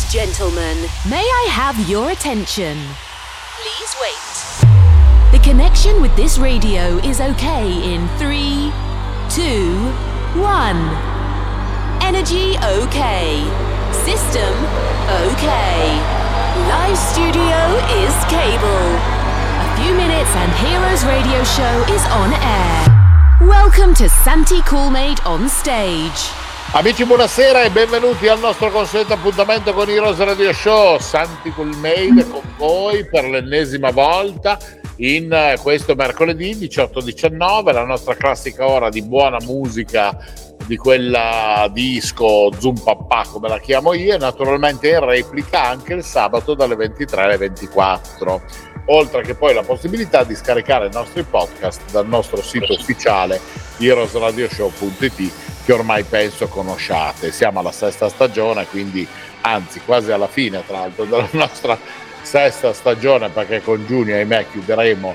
Gentlemen, may I have your attention? Please wait. The connection with this radio is okay in 3, 2, 1. Energy okay. System okay. Live studio is cable. A few minutes and Heroes Radio Show is on air. Welcome to Santi Coolmade on stage. Amici, buonasera e benvenuti al nostro consueto appuntamento con Heroes Radio Show. Santi Coolmade con voi per l'ennesima volta in questo mercoledì 18-19, la nostra classica ora di buona musica, di quella disco zoom papà come la chiamo io, e naturalmente in replica anche il sabato dalle 23 alle 24, oltre che poi la possibilità di scaricare i nostri podcast dal nostro sito ufficiale heroesradioshow.it, che ormai penso conosciate. Siamo alla sesta stagione, quindi anzi quasi alla fine tra l'altro della nostra sesta stagione, perché con giugno ahimè chiuderemo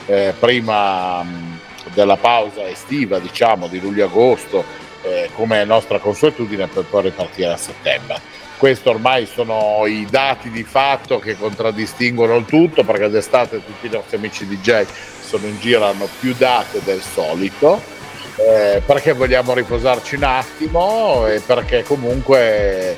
prima della pausa estiva, diciamo di luglio-agosto, come è nostra consuetudine, per poi ripartire a settembre. Questo ormai sono i dati di fatto che contraddistinguono il tutto, perché d'estate tutti i nostri amici DJ sono in giro, hanno più date del solito, perché vogliamo riposarci un attimo e perché comunque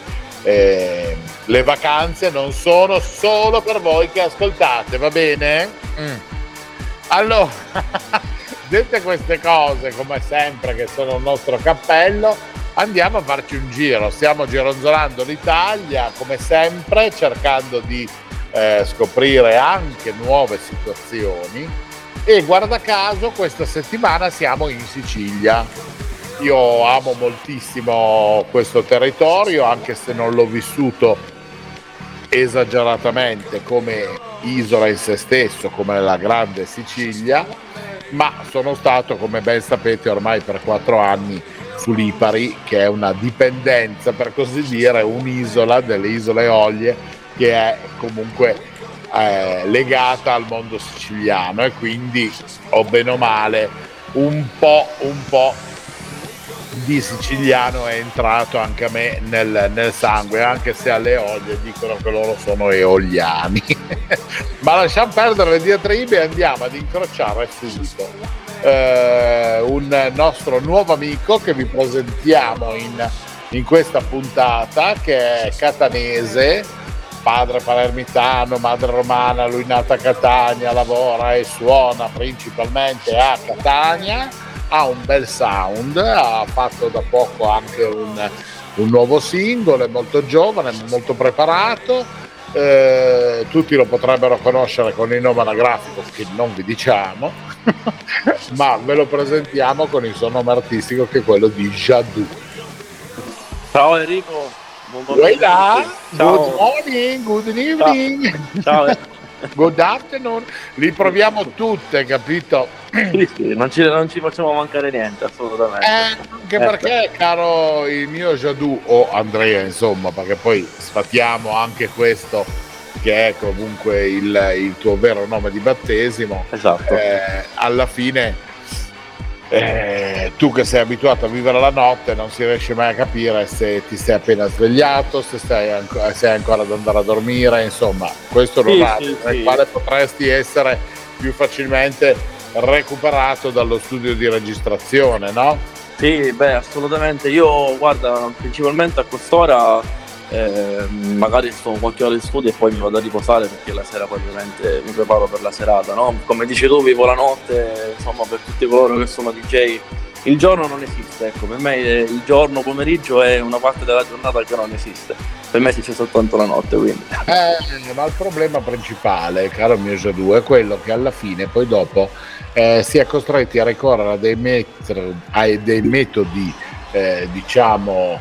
le vacanze non sono solo per voi che ascoltate, va bene? Allora, dette queste cose, come sempre, che sono il nostro cappello, andiamo a farci un giro. Stiamo gironzolando l'Italia come sempre, cercando di scoprire anche nuove situazioni, e guarda caso questa settimana siamo in Sicilia. Io amo moltissimo questo territorio, anche se non l'ho vissuto esageratamente come isola in se stesso, come la grande Sicilia, ma sono stato, come ben sapete, ormai per 4 anni su Lipari, che è una dipendenza, per così dire, un'isola delle Isole Eolie, che è comunque legata al mondo siciliano, e quindi o bene o male un po' di siciliano è entrato anche a me nel sangue, anche se alle Eolie dicono che loro sono eoliani. Ma lasciamo perdere le diatribe e andiamo ad incrociare subito un nostro nuovo amico che vi presentiamo in questa puntata, che è catanese, padre palermitano, madre romana, lui nato a Catania, lavora e suona principalmente a Catania, ha un bel sound, ha fatto da poco anche un nuovo singolo, è molto giovane, molto preparato, tutti lo potrebbero conoscere con il nome anagrafico che non vi diciamo, ma ve lo presentiamo con il suo nome artistico, che è quello di Jadou. Ciao Enrico. Good morning, good evening. Ciao. Good afternoon. Li proviamo tutte, capito? Sì, non ci facciamo mancare niente, assolutamente. Anche perché, caro il mio Jadou, o Andrea, insomma, perché poi sfatiamo anche questo, che è comunque il tuo vero nome di battesimo. Esatto. Alla fine tu che sei abituato a vivere la notte non si riesce mai a capire se ti sei appena svegliato, se sei ancora ad andare a dormire, insomma questo è l'orario nel quale potresti essere più facilmente recuperato dallo studio di registrazione, no? Sì, beh, assolutamente. Io, guarda, principalmente a quest'ora magari sto qualche ora in studio e poi mi vado a riposare, perché la sera poi ovviamente mi preparo per la serata, no? Come dici tu, vivo la notte, insomma, per tutti coloro che sono DJ il giorno non esiste, ecco, per me il giorno pomeriggio è una parte della giornata che non esiste, per me esiste soltanto la notte, quindi. Ma il problema principale, caro mio Jadou, è quello che alla fine poi dopo si è costretti a ricorrere a dei metodi diciamo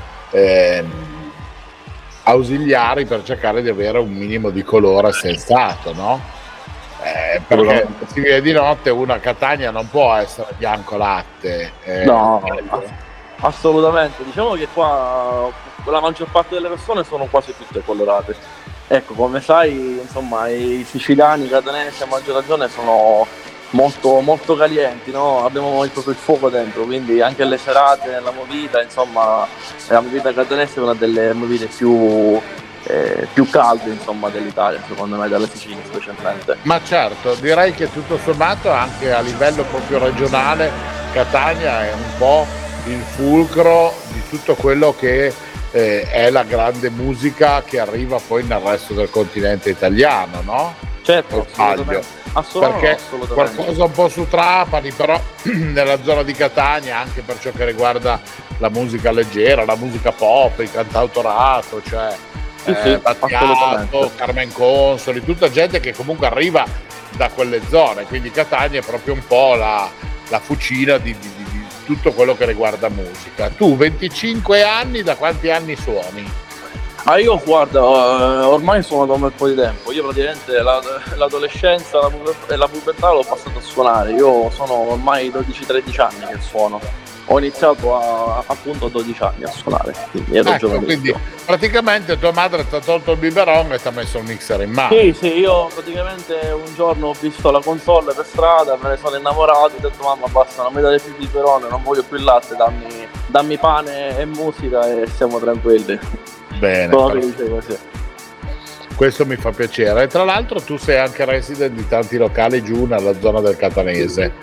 ausiliari per cercare di avere un minimo di colore sensato, no? Perché si viene di notte, uno a Catania non può essere bianco latte. No, assolutamente. Diciamo che qua la maggior parte delle persone sono quasi tutte colorate. Ecco, come sai, insomma, i siciliani, i catanesi a maggior ragione sono molto, molto calienti, no? Abbiamo proprio il fuoco dentro, quindi anche le serate, la movida, insomma, la movida catanese è una delle movide più più calde, insomma, dell'Italia, secondo me, dalla Sicilia specialmente. Ma certo, direi che tutto sommato anche a livello proprio regionale Catania è un po' il fulcro di tutto quello che è la grande musica che arriva poi nel resto del continente italiano, no? Certo, Perché qualcosa un po' su Trapani, però nella zona di Catania, anche per ciò che riguarda la musica leggera, la musica pop, il cantautorato, cioè Battiato, Carmen Consoli, tutta gente che comunque arriva da quelle zone, quindi Catania è proprio un po' la fucina di tutto quello che riguarda musica. Tu 25 anni, da quanti anni suoni? Io guarda, ormai suono da un bel po' di tempo. Io praticamente l'adolescenza e la pubertà l'ho passato a suonare. Io sono ormai 12-13 anni che suono. Ho iniziato appunto a 12 anni a suonare, quindi ero quindi praticamente tua madre ti ha tolto il biberon e ti ha messo il mixer in mano. Sì, io praticamente un giorno ho visto la console per strada, me ne sono innamorato, ho detto mamma basta, non mi date più il biberon, non voglio più il latte, dammi pane e musica e siamo tranquilli. Bene, questo mi fa piacere. E tra l'altro tu sei anche resident di tanti locali giù nella zona del Catanese.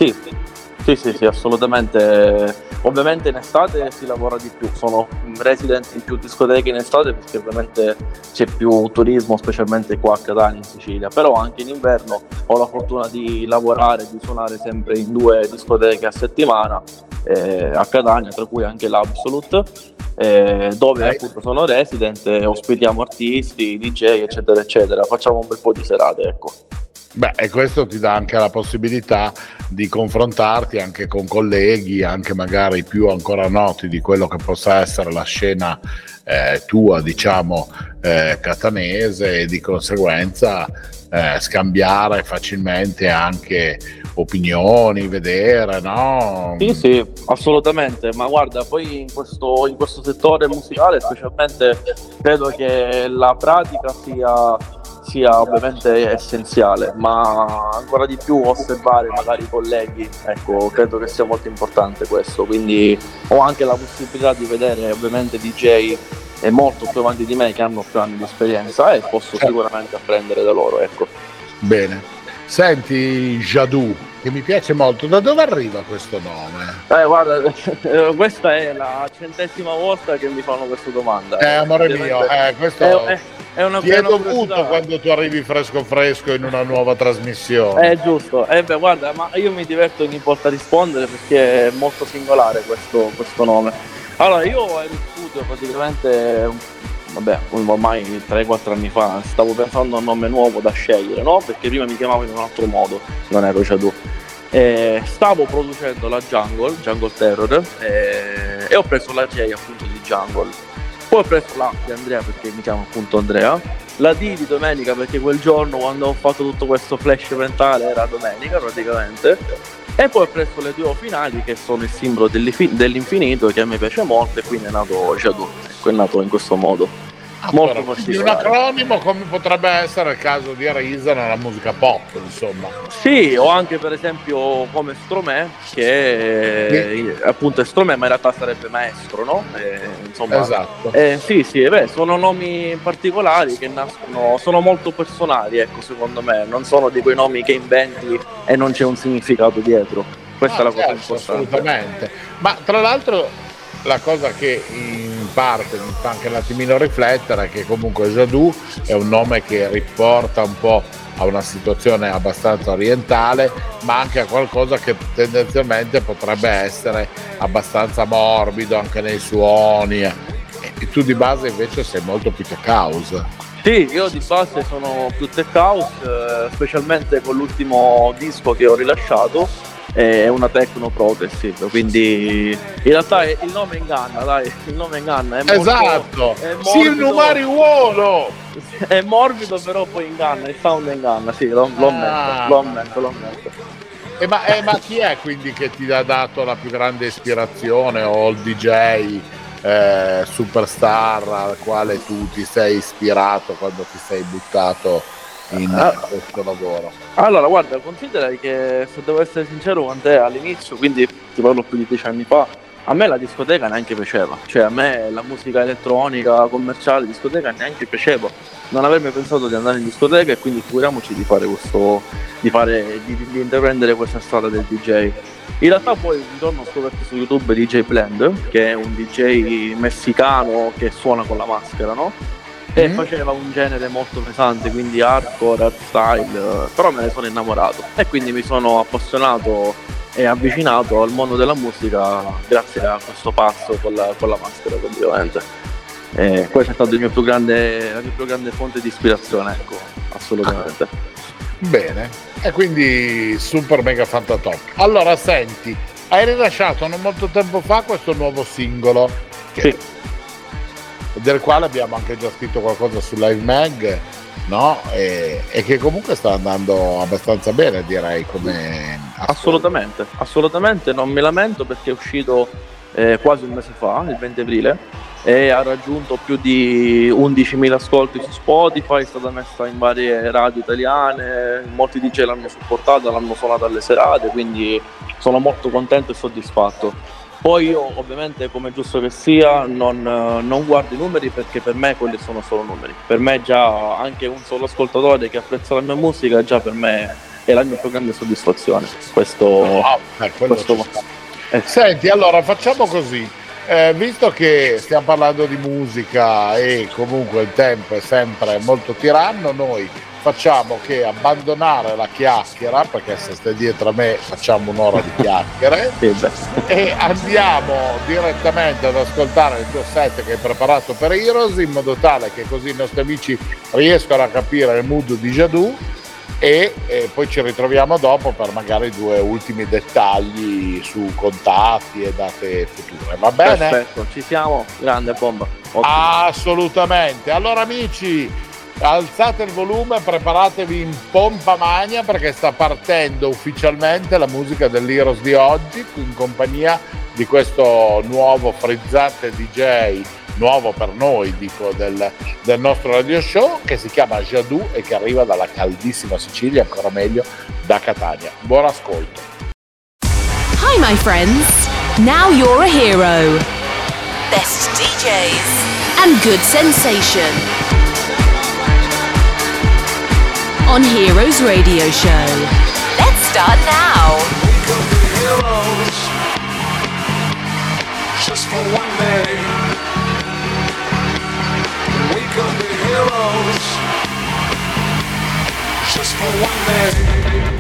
Sì, assolutamente. Ovviamente in estate si lavora di più, sono resident in più discoteche in estate perché ovviamente c'è più turismo, specialmente qua a Catania in Sicilia, però anche in inverno ho la fortuna di lavorare, di suonare sempre in 2 discoteche a settimana a Catania, tra cui anche l'Absolute, dove appunto sono resident, ospitiamo artisti, DJ eccetera eccetera, facciamo un bel po' di serate, ecco. Beh, e questo ti dà anche la possibilità di confrontarti anche con colleghi, anche magari più ancora noti di quello che possa essere la scena tua, diciamo, catanese, e di conseguenza scambiare facilmente anche opinioni, vedere, no? Sì, assolutamente, ma guarda, poi in questo settore musicale specialmente credo che la pratica sia ovviamente essenziale, ma ancora di più osservare magari i colleghi, ecco, credo che sia molto importante questo, quindi ho anche la possibilità di vedere ovviamente DJ molto più avanti di me che hanno più anni di esperienza e posso sicuramente apprendere da loro, ecco. Bene, senti Jadou, che mi piace molto, da dove arriva questo nome? Guarda, questa è la 100ª volta che mi fanno questa domanda. Amore mio, questo è una ti è dovuto quando tu arrivi fresco in una nuova trasmissione. È giusto, guarda, ma io mi diverto ogni volta a rispondere perché è molto singolare questo nome. Allora, io ero in studio praticamente, ormai 3-4 anni fa, stavo pensando a un nome nuovo da scegliere, no? Perché prima mi chiamavo in un altro modo, non ero Jadou. Stavo producendo la Jungle Terror, e ho preso la J appunto di Jungle. Poi ho preso la di Andrea perché mi chiamo appunto Andrea, la D di Domenica perché quel giorno quando ho fatto tutto questo flash mentale era domenica praticamente, e poi ho preso le 2 finali che sono il simbolo dell'infinito che a me piace molto e quindi è nato Jadou, ecco, è nato in questo modo. Molto particolare. Un acronimo come potrebbe essere il caso di Arisa nella musica pop, insomma. Sì, o anche per esempio come Stromae, che appunto è Stromae ma in realtà sarebbe maestro, no? Insomma, esatto. Sì, sono nomi particolari che nascono, sono molto personali, ecco, secondo me, non sono di quei nomi che inventi e non c'è un significato dietro. Questa è la cosa importante. Assolutamente. Ma tra l'altro la cosa che in parte mi fa anche un attimino riflettere è che comunque Jadou è un nome che riporta un po' a una situazione abbastanza orientale, ma anche a qualcosa che tendenzialmente potrebbe essere abbastanza morbido anche nei suoni, e tu di base invece sei molto più tech house. Sì, io di base sono più tech house, specialmente con l'ultimo disco che ho rilasciato. È una techno progressive, quindi in realtà il nome inganna, dai, il nome inganna. È molto, esatto, è morbido, sì, un mariuolo! È morbido però poi inganna, il sound inganna, sì, lo ammetto. Ma chi è quindi che ti ha dato la più grande ispirazione, o il DJ superstar al quale tu ti sei ispirato quando ti sei buttato in questo lavoro? Allora guarda, considera che se devo essere sincero con te all'inizio, quindi ti parlo più di 10 anni fa, a me la discoteca neanche piaceva, cioè a me la musica elettronica, commerciale, discoteca neanche piaceva, non avrei mai pensato di andare in discoteca, e quindi figuriamoci di fare di intraprendere questa strada del DJ. In realtà poi un giorno ho scoperto su YouTube DJ Blend, che è un DJ messicano che suona con la maschera, no? E faceva un genere molto pesante, quindi hardcore, hardstyle, però me ne sono innamorato e quindi mi sono appassionato e avvicinato al mondo della musica grazie a questo passo con la maschera, ovviamente. E questo è stato la mia più grande fonte di ispirazione, ecco, assolutamente. Bene, e quindi super mega fantatop. Allora senti, hai rilasciato non molto tempo fa questo nuovo singolo, Sì. del quale abbiamo anche già scritto qualcosa su Live Mag, no? E che comunque sta andando abbastanza bene, direi, come assolutamente non mi lamento, perché è uscito quasi un mese fa, il 20 aprile, e ha raggiunto più di 11.000 ascolti su Spotify, è stata messa in varie radio italiane, molti DJ l'hanno supportata, l'hanno suonata alle serate, quindi sono molto contento e soddisfatto. Poi io ovviamente, come giusto che sia, non guardo i numeri, perché per me quelli sono solo numeri. Per me già anche un solo ascoltatore che apprezza la mia musica, già per me è la mia più grande soddisfazione. Senti, allora facciamo così, visto che stiamo parlando di musica e comunque il tempo è sempre molto tiranno, noi facciamo che abbandonare la chiacchiera, perché se stai dietro a me facciamo un'ora di chiacchiere, e andiamo direttamente ad ascoltare il tuo set che hai preparato per Heroes, in modo tale che così i nostri amici riescono a capire il mood di Jadou, e poi ci ritroviamo dopo per magari 2 ultimi dettagli su contatti e date future. Va bene? Perfetto, ci siamo, grande bomba. Ottimo. Assolutamente. Allora amici, alzate il volume, preparatevi in pompa magna, perché sta partendo ufficialmente la musica dell'Heroes di oggi, in compagnia di questo nuovo frizzante DJ, nuovo per noi, dico, del nostro radio show, che si chiama Jadou e che arriva dalla caldissima Sicilia, ancora meglio da Catania. Buon ascolto. Hi my friends, now you're a hero. Best DJs and good sensation on Heroes Radio Show. Let's start now. We could be heroes just for one day. We could be heroes just for one day.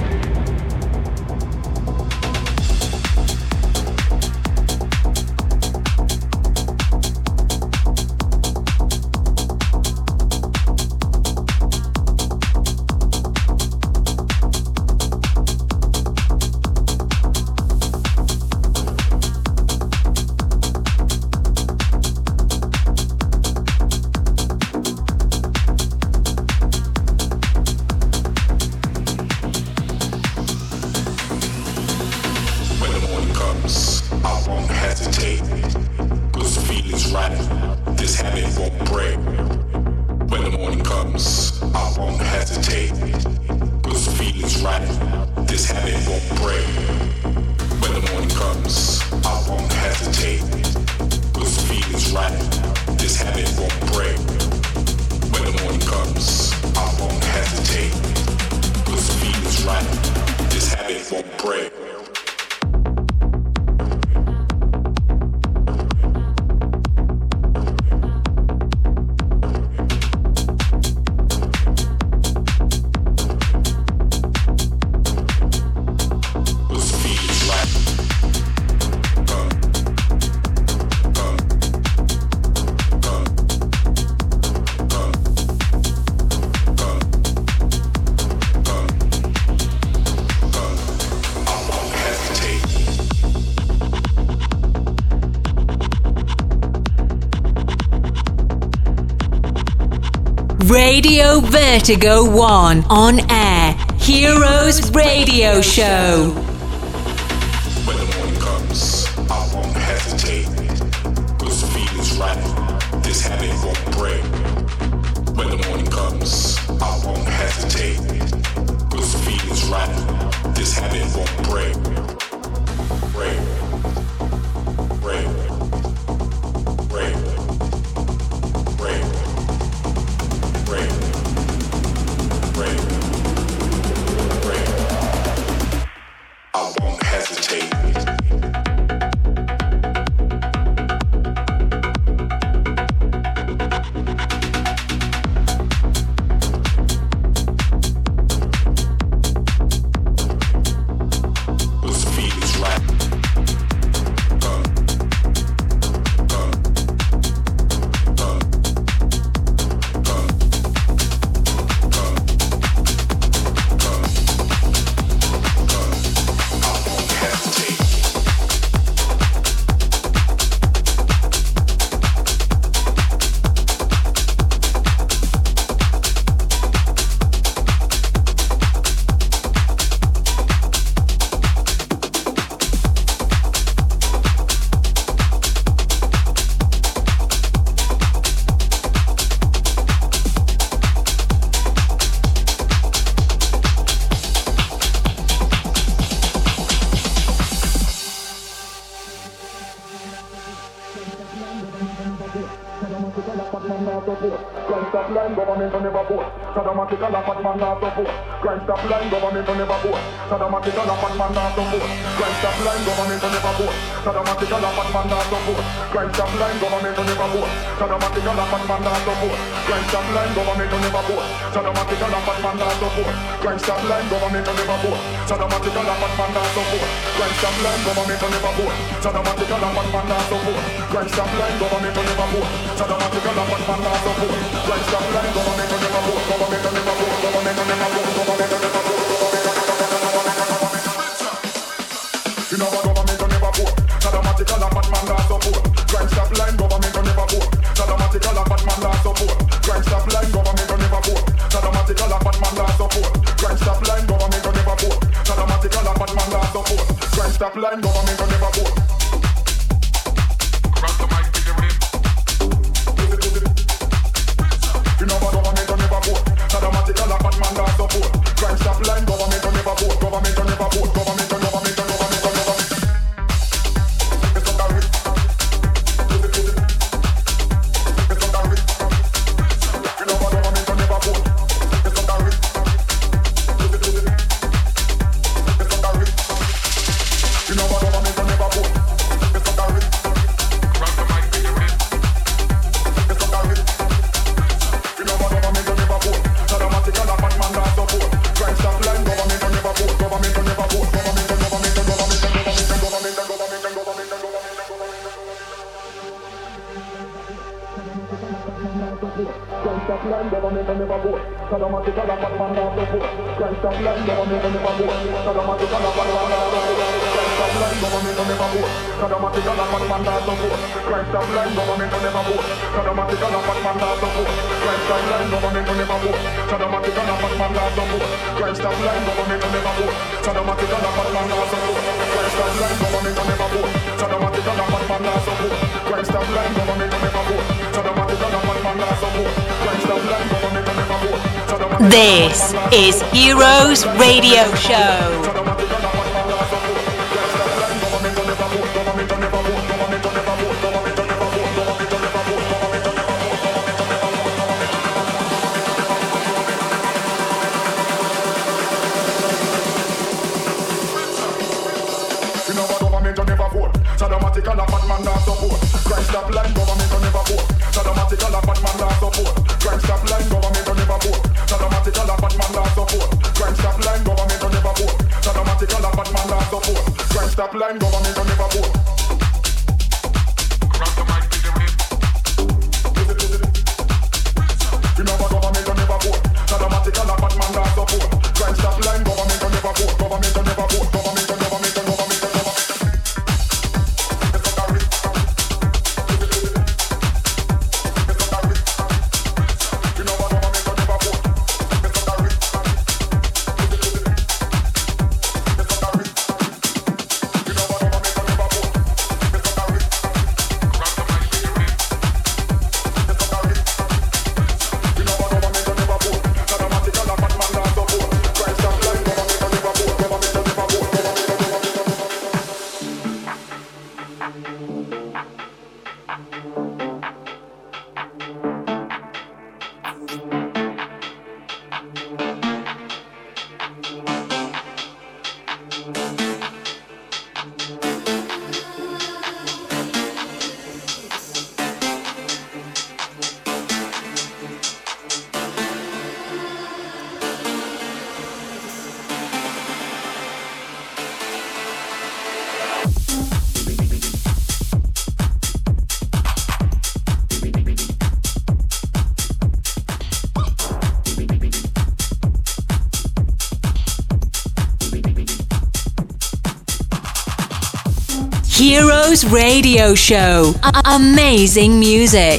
Radio Vertigo 1 on air. Heroes Radio Show. When the morning comes, I won't hesitate. Cause the feeling's right, this habit won't break. When the morning comes, I won't hesitate. Cause the feeling's right, this habit won't break. Break. Crime stop line, government will never vote. Saddamatic and a fat man not support. Crime stop line, government will never vote. Saddamatic and a fat man not support. Crime stop line, government will never vote. Saddamatic and a fat man not support. Crime stop line, government will never vote. Saddamatic and a fat man not support. Crime stop line, government will never vote. Saddamatic and a fat man not support. Crime stop line, government will never vote. Saddamatic and a fat man not support. Crime stop line, government will never vote. Saddamatic and a fat man not support. Crime stop line, government will never vote. Saddamatic and a fat man not support. Crime stop line, government will never vote. Government will never vote. Government will never vote. Government will never vote. You know what government will never vote. Saddamatic and a fat man not support. Crime stop line, government will never vote. Saddamatic and a fat man not support. Crime stop line, government will never vote. Saddamatic and a fat man not support. Crime stop line, government will never vote. Saddamatic and a fat man not support. Crime stop line, government will never vote. Grab the mic, take it in. You know what government will never vote. Saddamatic and a fat man not support. Crime stop line, government will never vote. Government will never vote. Government will never vote. Government will never vote. Saddamatic and a fat man not support. Crime stop line, government will never vote. Saddamatic and a fat man not support. Crime stop line, government will never vote. Saddamatic and a fat man not support. Crime stop line, government will never vote. Saddamatic and a fat man not support. Crime stop line, government will never vote. Saddamatic and a fat man not support. Crime stop line, government will never vote. Saddamatic and a fat man not support. Crime stop line, government will never vote. Saddamatic and a fat man not support. Crime stop line, government will never vote. Saddamatic and a fat man not support. Crime stop line, government will never vote. This is Heroes Radio Show. Saddamatic and a fat man not support. Crime stop line, government will never vote. Saddamatic and a fat man not support. Crime stop line, government will never vote. Saddamatic and a fat man not support. Crime stop line, government will never vote. Saddamatic and a fat man not support. Crime stop line, government will never vote. Grab the mic, take it in. You know what government will never vote. Saddamatic and a fat man not support. Crime stop line, government will never vote. Government will never vote. Government will never vote. Heroes Radio Show. Amazing music.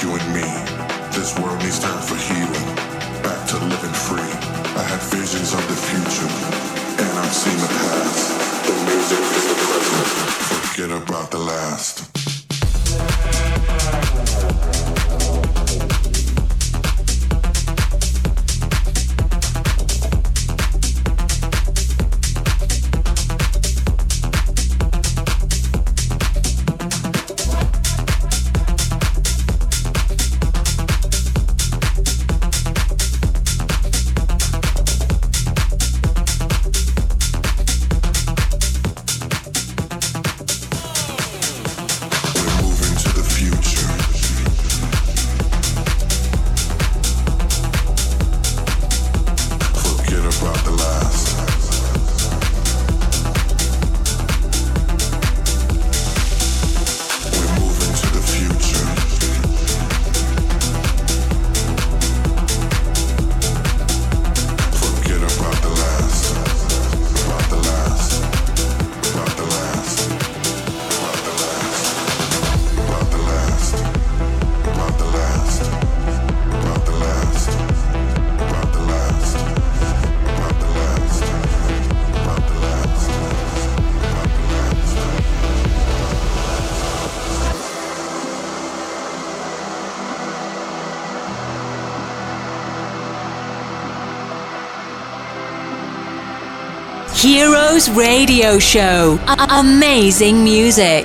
just you and me. This world needs time for healing, back to living free. I had visions of the future, and I've seen the past. The music is the present, forget about the last. Heroes Radio Show. Amazing music.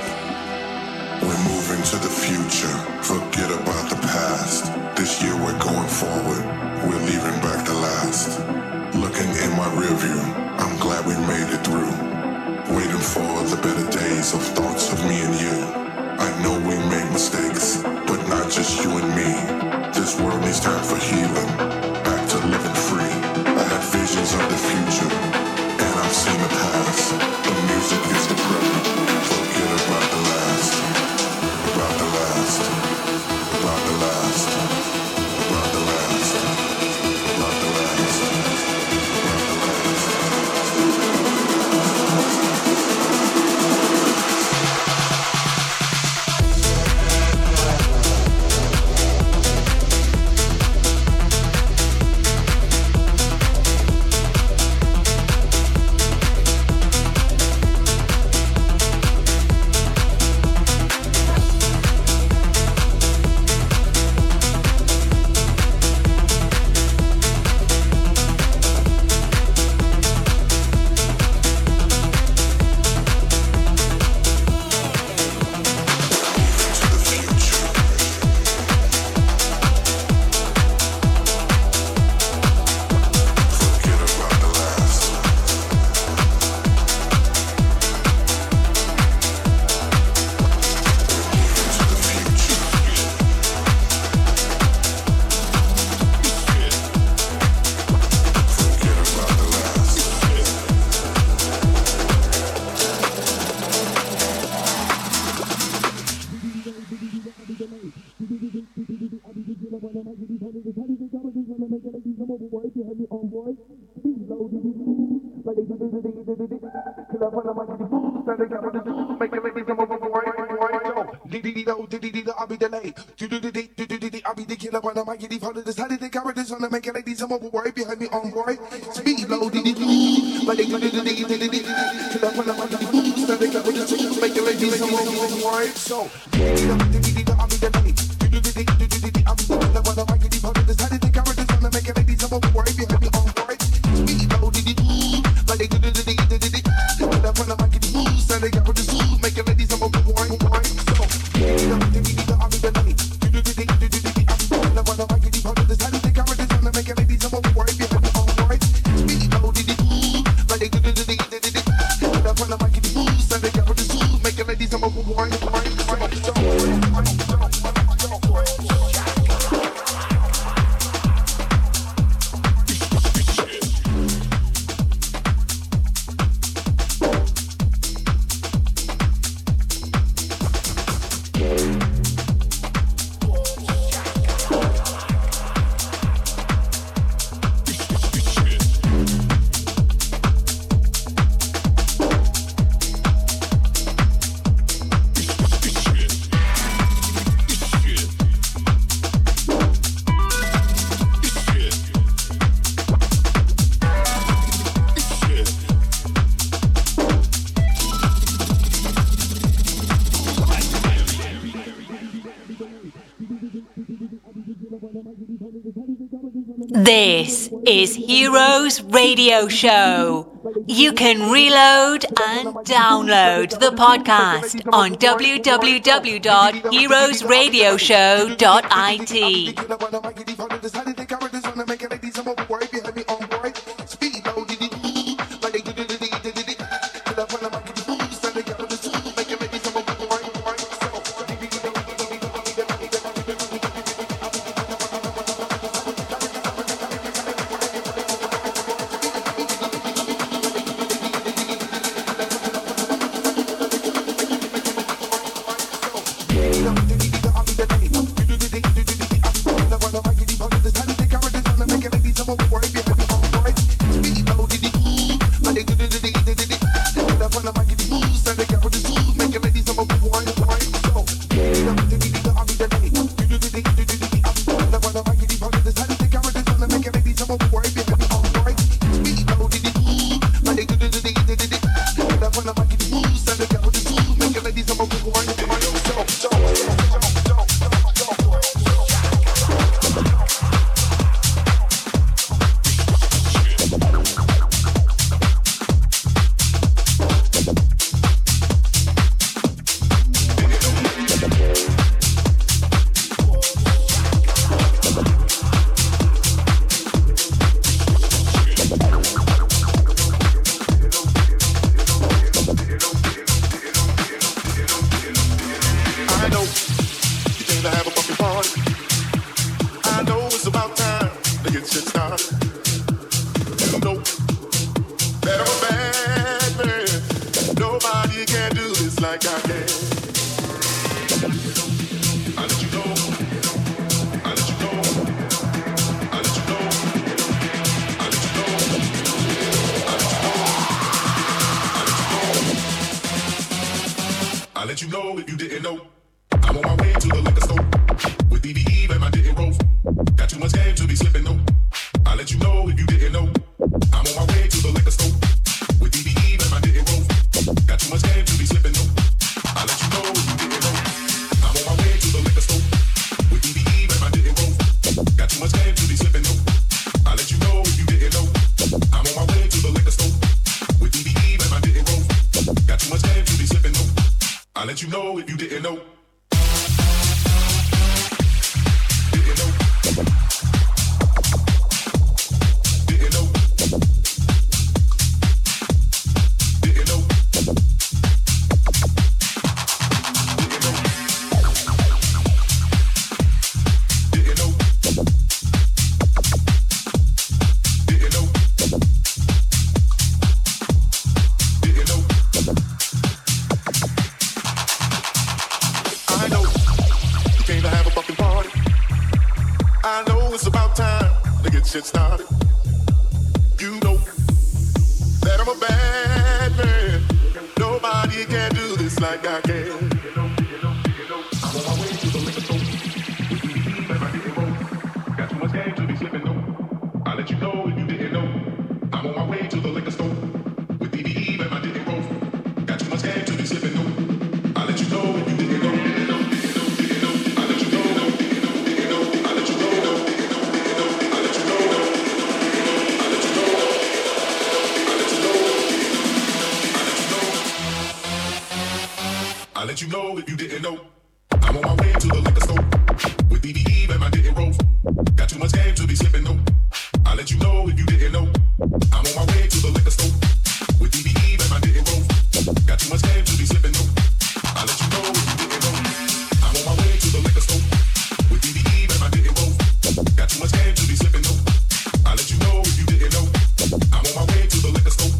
We're moving to the future. Forget about the past. This year we're going forward. We're leaving back the last. Looking in my rear view, I'm glad we made it through. Waiting for the better days of thoughts of me and you. I know we made mistakes, but not just you and me. This world needs time for healing, back to living free. I had visions of the future, and I've seen the past. The music is the present. Forget about the last. About the last. About the last. About the last. About the last. About the last. I'll be delayed. I'll be the killer when I might get deep. This how did the characters on the make ladies I'm overboard behind me on board. Speed low, like they killer when I might get deep. Standing up with the chickens, make ladies I'm overboard. So I'll be delayed. I'll be the killer when I might get deep. This how did the characters on the make ladies I'm overboard behind me on board. Speed low, like they killer when I might get deep. Standing up with the chickens, make ladies I'm overboard. So This is Heroes Radio Show. You can reload and download the podcast on www.heroesradioshow.it.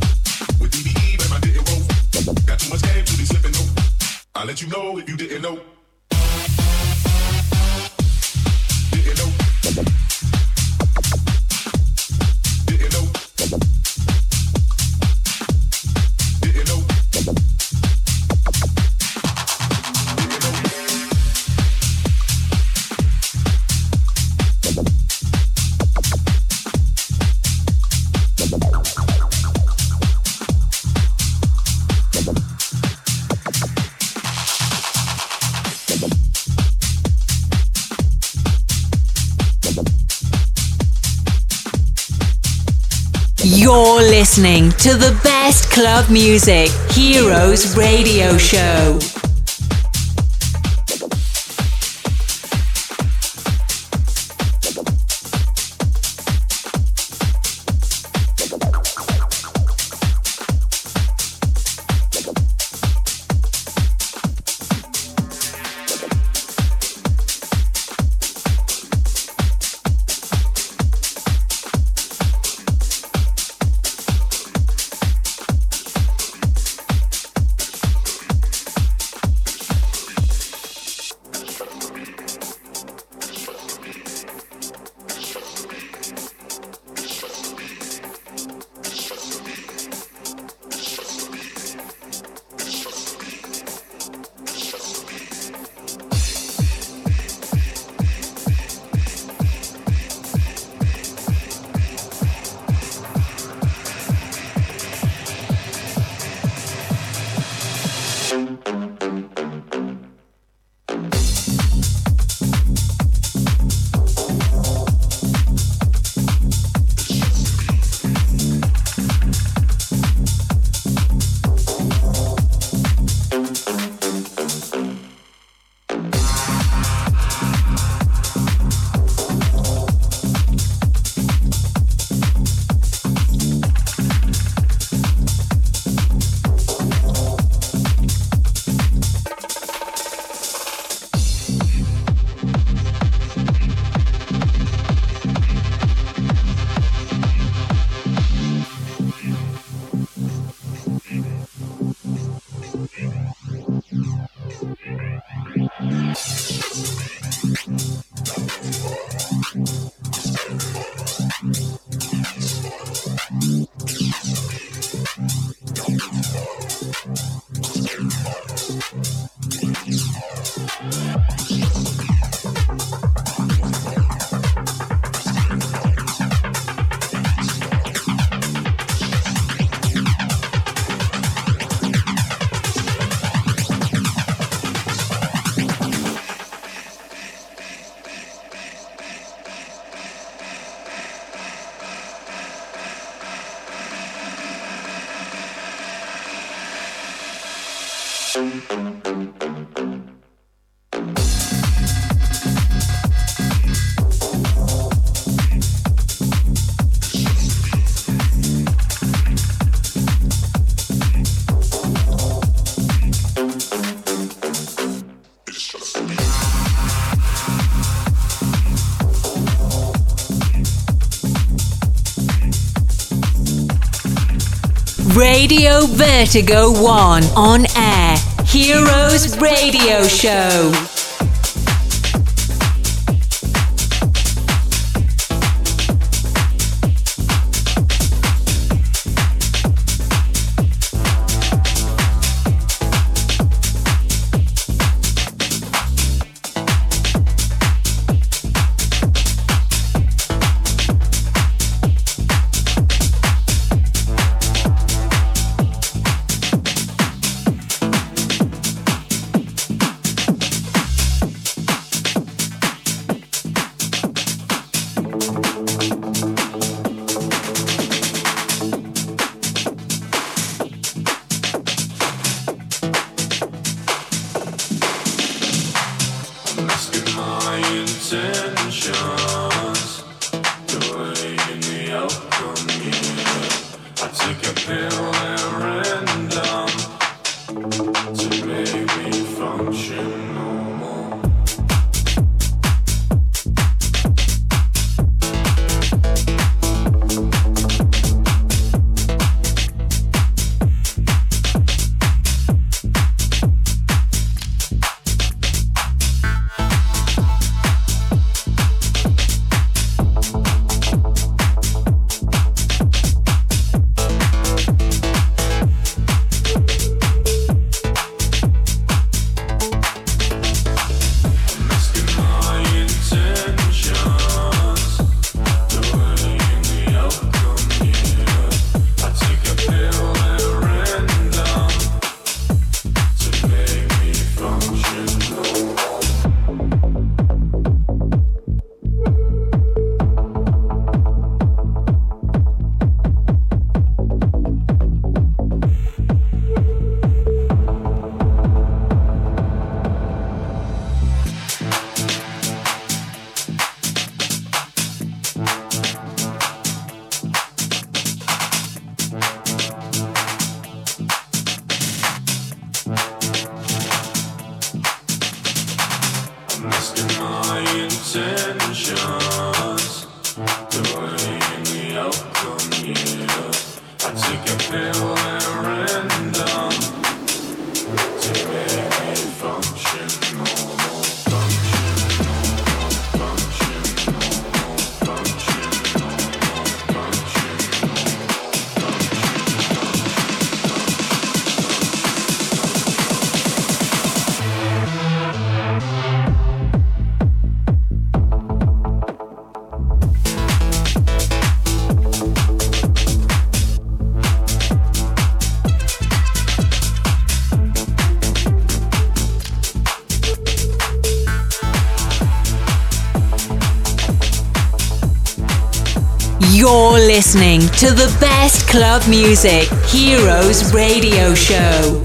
Let you know if you didn't know. You're listening to the best club music, Heroes Radio Show. Radio Vertigo 1 on air. Heroes Radio Show. You're listening to the best club music, Heroes Radio Show.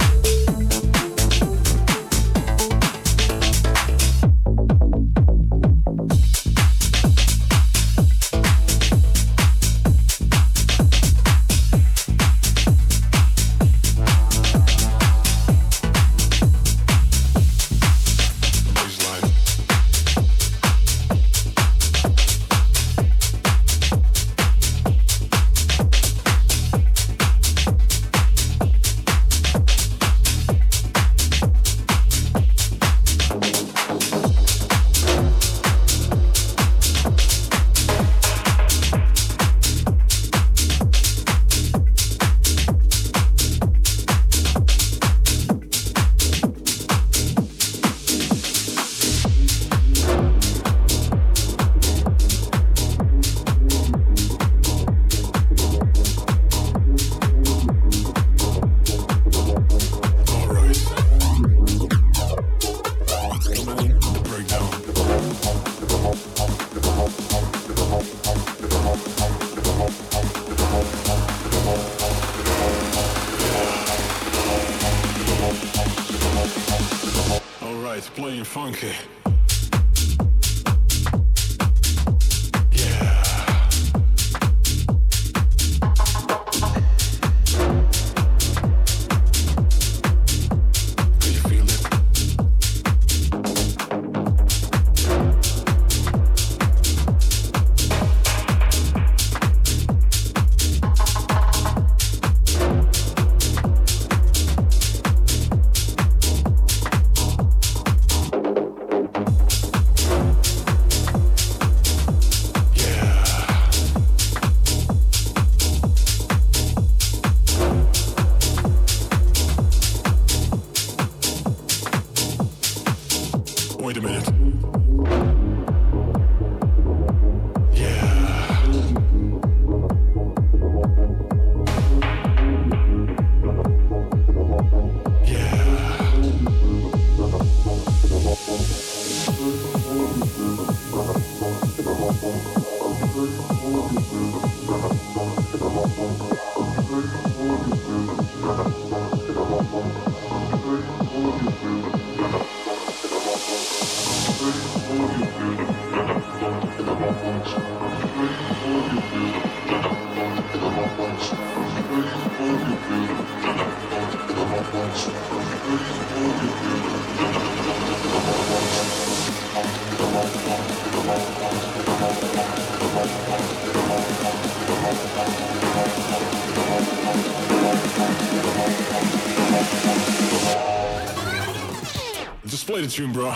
Just play the tune, bro.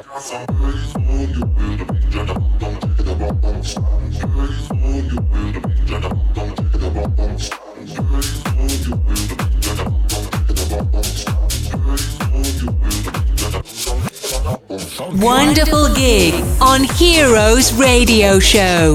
Wonderful gig on Heroes Radio Show.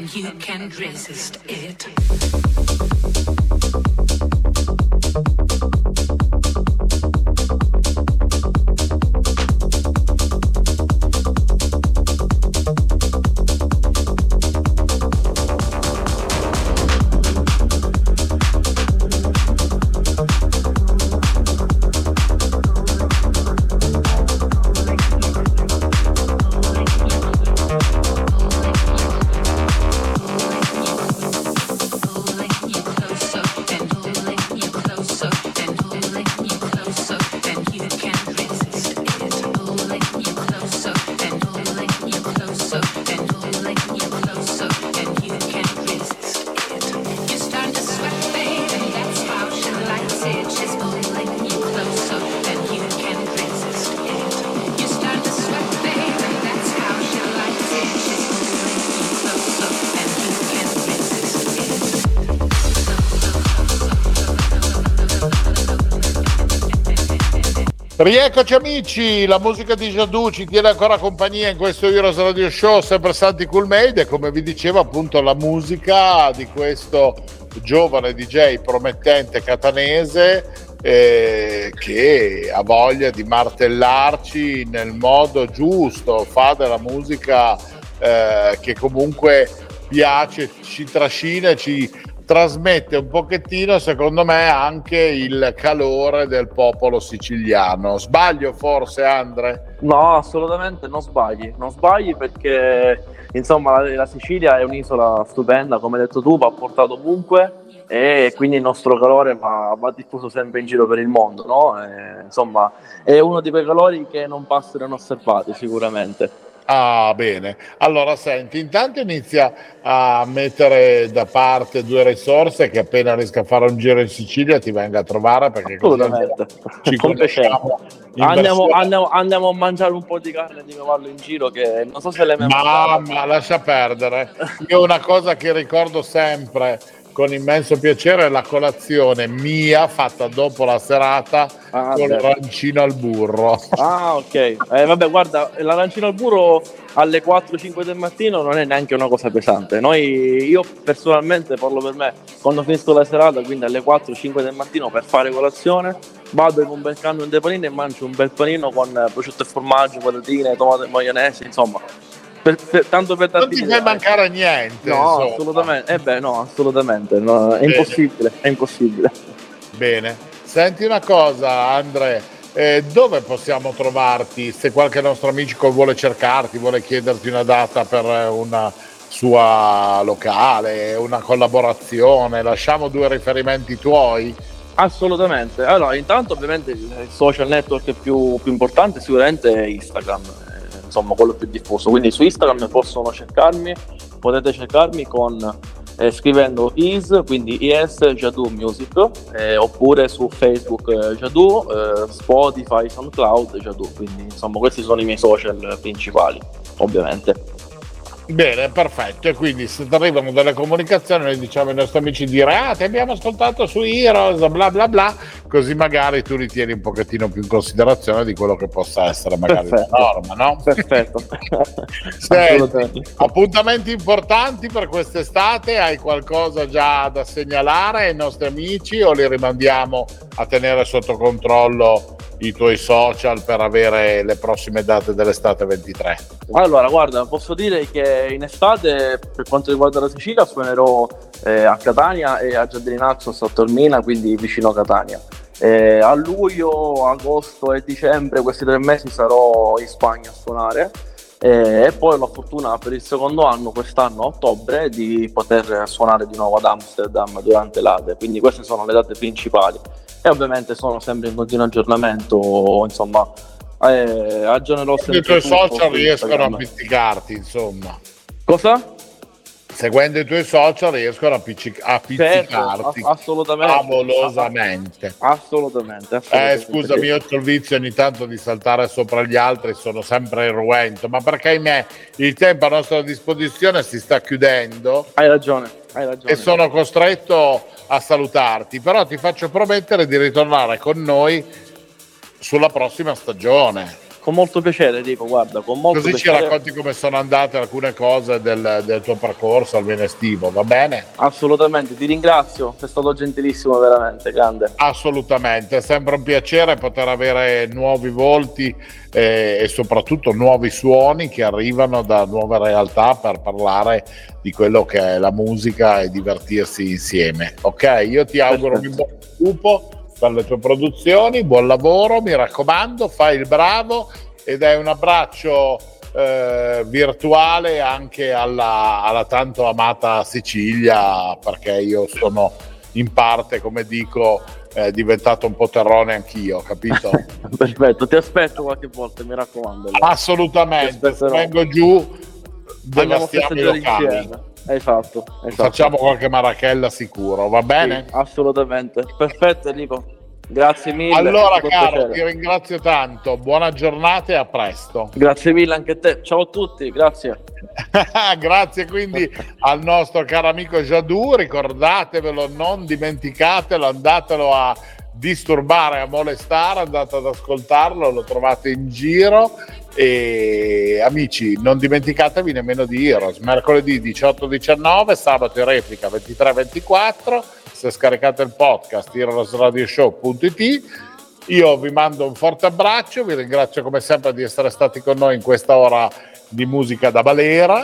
and you can't resist it. Rieccoci amici, la musica di Jadou ci tiene ancora compagnia in questo Heroes Radio Show, sempre Santi Cool Made, e come vi dicevo appunto la musica di questo giovane DJ promettente catanese che ha voglia di martellarci nel modo giusto, fa della musica che comunque piace, ci trascina, ci trasmette un pochettino, secondo me, anche il calore del popolo siciliano. Sbaglio forse, Andre? No, assolutamente non sbagli perché insomma la Sicilia è un'isola stupenda, come hai detto tu, va portato ovunque e quindi il nostro calore va diffuso sempre in giro per il mondo, no? Insomma è uno di quei calori che non passano inosservati sicuramente. Ah, bene. Allora, senti, intanto inizia a mettere da parte 2 risorse che appena riesca a fare un giro in Sicilia ti venga a trovare, perché così ci conosciamo. Andiamo a mangiare un po' di carne di cavallo in giro, che non so se le ma lascia perdere. Io una cosa che ricordo sempre con immenso piacere è la colazione mia fatta dopo la serata con l'arancino al burro. Ah, ok. Vabbè, guarda, l'arancino al burro alle 4-5 del mattino non è neanche una cosa pesante. Io personalmente, parlo per me, quando finisco la serata, quindi alle 4-5 del mattino per fare colazione, vado in un bel camion di panini e mangio un bel panino con prosciutto e formaggio, patatine, tomate e maionese, insomma. Tanto per non ti fai mancare niente. No, insomma. Assolutamente. No, assolutamente. No, è impossibile. Bene. Senti una cosa, Andre, dove possiamo trovarti? Se qualche nostro amico vuole cercarti, vuole chiederti una data per una sua locale, una collaborazione, lasciamo 2 riferimenti tuoi? Assolutamente. Allora, intanto ovviamente il social network più importante sicuramente è Instagram. Insomma, quello più diffuso, quindi su Instagram potete cercarmi con scrivendo quindi IS Jadou Music, oppure su Facebook Jadou, Spotify, SoundCloud Jadou, quindi insomma questi sono i miei social principali, ovviamente. Bene, perfetto. E quindi se ti arrivano delle comunicazioni, noi diciamo ai nostri amici dire ti abbiamo ascoltato su Heroes, bla bla bla, così magari tu li tieni un pochettino più in considerazione di quello che possa essere magari la norma, no? Perfetto. Senti, appuntamenti importanti per quest'estate? Hai qualcosa già da segnalare ai nostri amici o li rimandiamo a tenere sotto controllo i tuoi social per avere le prossime date dell'estate 23? Allora, guarda, posso dire che in estate, per quanto riguarda la Sicilia, suonerò a Catania e a Giardinazzo, a Taormina, quindi vicino a Catania. A luglio, agosto e dicembre, questi 3 mesi sarò in Spagna a suonare, e poi ho la fortuna per il secondo anno, quest'anno a ottobre, di poter suonare di nuovo ad Amsterdam durante l'ADE, quindi queste sono le date principali e ovviamente sono sempre in continuo aggiornamento, insomma aggiornerò sempre. I tuoi social riescono a pizzicarti, insomma. Cosa? Seguendo i tuoi social riescono a pizzicarti. Certo, assolutamente. Favolosamente. Assolutamente. Scusami, io ho il vizio ogni tanto di saltare sopra gli altri, sono sempre irruento, ma perché ahimè il tempo a nostra disposizione si sta chiudendo. Hai ragione. E sono costretto a salutarti, però ti faccio promettere di ritornare con noi sulla prossima stagione. Con molto piacere, dico, guarda, con molto Così piacere. ci racconti come sono andate alcune cose del tuo percorso almeno estivo, va bene? Assolutamente, ti ringrazio, sei stato gentilissimo, veramente, grande. Assolutamente, è sempre un piacere poter avere nuovi volti e soprattutto nuovi suoni che arrivano da nuove realtà per parlare di quello che è la musica e divertirsi insieme. Ok, io ti auguro un buon lupo per le tue produzioni, buon lavoro, mi raccomando, fai il bravo e dai un abbraccio virtuale anche alla tanto amata Sicilia, perché io sono in parte, come dico, diventato un po' terrone anch'io, capito? Perfetto, ti aspetto qualche volta, mi raccomando. Assolutamente, se vengo giù devastiamo i locali. Insieme. Esatto. Facciamo qualche marachella sicuro, va bene? Sì, assolutamente. Perfetto, Enrico. Grazie mille. Allora, caro, ti ringrazio tanto. Buona giornata e a presto. Grazie mille anche a te. Ciao a tutti, grazie. Grazie quindi al nostro caro amico Jadou. Ricordatevelo, non dimenticatelo, andatelo a disturbare, a molestare, andate ad ascoltarlo, lo trovate in giro. E amici, non dimenticatevi nemmeno di Heroes, mercoledì 18-19, sabato in replica 23-24. Se scaricate il podcast heroesradioshow.it. Io vi mando un forte abbraccio, vi ringrazio come sempre di essere stati con noi in questa ora di musica da balera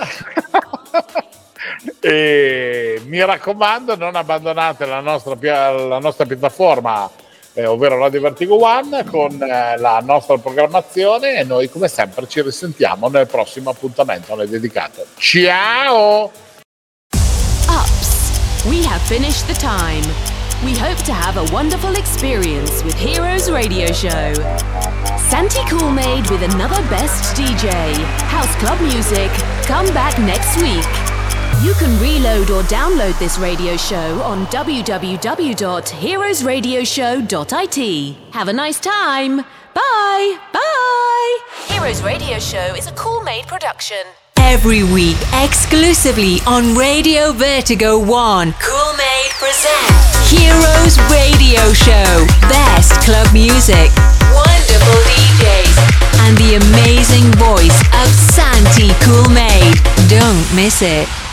e mi raccomando, non abbandonate la nostra piattaforma, ovvero Radio Vertigo One, con la nostra programmazione, e noi come sempre ci risentiamo nel prossimo appuntamento nel dedicato. Ciao! Ups, we have finished the time. We hope to have a wonderful experience with Heroes Radio Show. Santi Coolmade with another best DJ. House club music. Come back next week. You can reload or download this radio show on www.heroesradioshow.it. Have a nice time. Bye. Bye. Heroes Radio Show is a Coolmade production. Every week, exclusively on Radio Vertigo One, Coolmade presents Heroes Radio Show. Best club music, wonderful DJs, and the amazing voice of Santi Coolmade. Don't miss it.